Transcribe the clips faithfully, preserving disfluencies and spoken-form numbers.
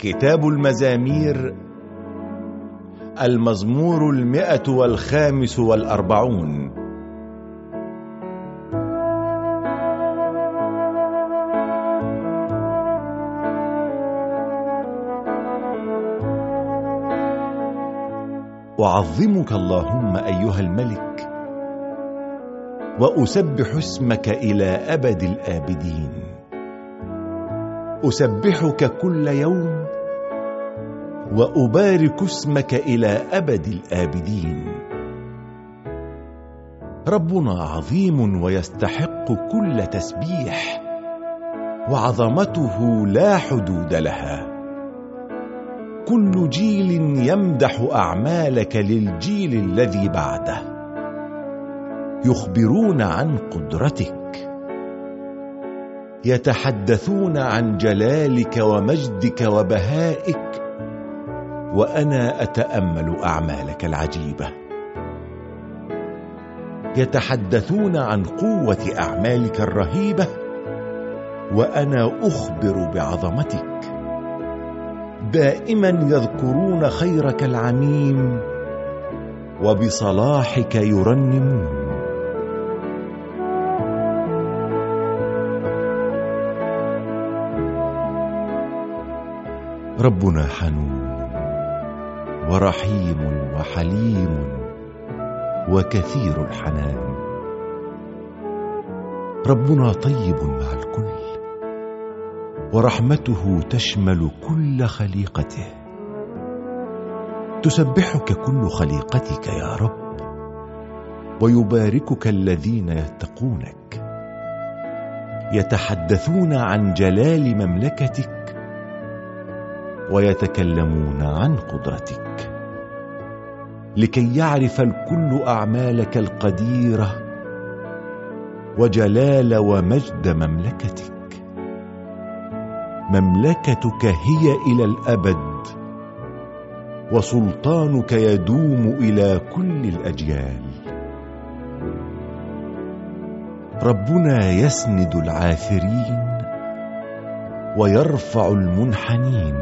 كتاب المزامير، المزمور المئة والخامس والأربعون. أعظمك اللهم أيها الملك، وأسبح اسمك إلى أبد الآبدين. أسبحك كل يوم، وأبارك اسمك إلى أبد الآبدين. ربنا عظيم ويستحق كل تسبيح، وعظمته لا حدود لها. كل جيل يمدح أعمالك للجيل الذي بعده، يخبرون عن قدرتك، يتحدثون عن جلالك ومجدك وبهائك، وأنا أتأمل أعمالك العجيبة. يتحدثون عن قوة أعمالك الرهيبة، وأنا أخبر بعظمتك. دائما يذكرون خيرك العميم، وبصلاحك يرنمون. ربنا حنون ورحيم وحليم وكثير الحنان. ربنا طيب مع الكل، ورحمته تشمل كل خليقته. تسبحك كل خليقتك يا رب، ويباركك الذين يتقونك. يتحدثون عن جلال مملكتك، ويتكلمون عن قدرتك، لكي يعرف الكل أعمالك القديرة وجلال ومجد مملكتك. مملكتك هي إلى الأبد، وسلطانك يدوم إلى كل الأجيال. ربنا يسند العاثرين ويرفع المنحنين.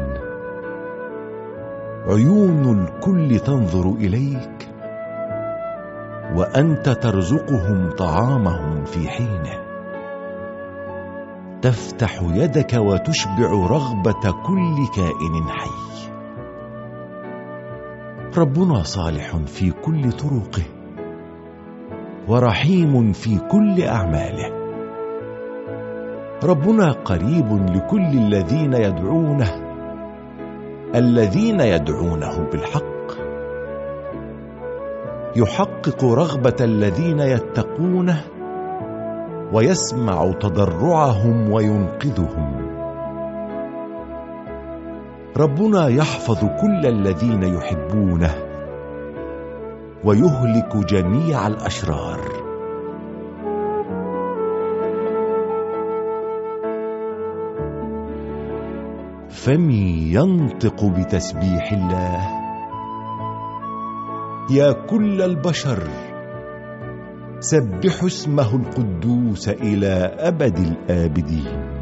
عيون الكل تنظر إليك، وأنت ترزقهم طعامهم في حينه. تفتح يدك وتشبع رغبة كل كائن حي. ربنا صالح في كل طرقه، ورحيم في كل أعماله. ربنا قريب لكل الذين يدعونه، الذين يدعونه بالحق. يحقق رغبة الذين يتقونه، ويسمع تضرعهم وينقذهم. ربنا يحفظ كل الذين يحبونه، ويهلك جميع الأشرار. فمي ينطق بتسبيح الله. يا كل البشر، سبحوا اسمه القدوس إلى أبد الآبدين.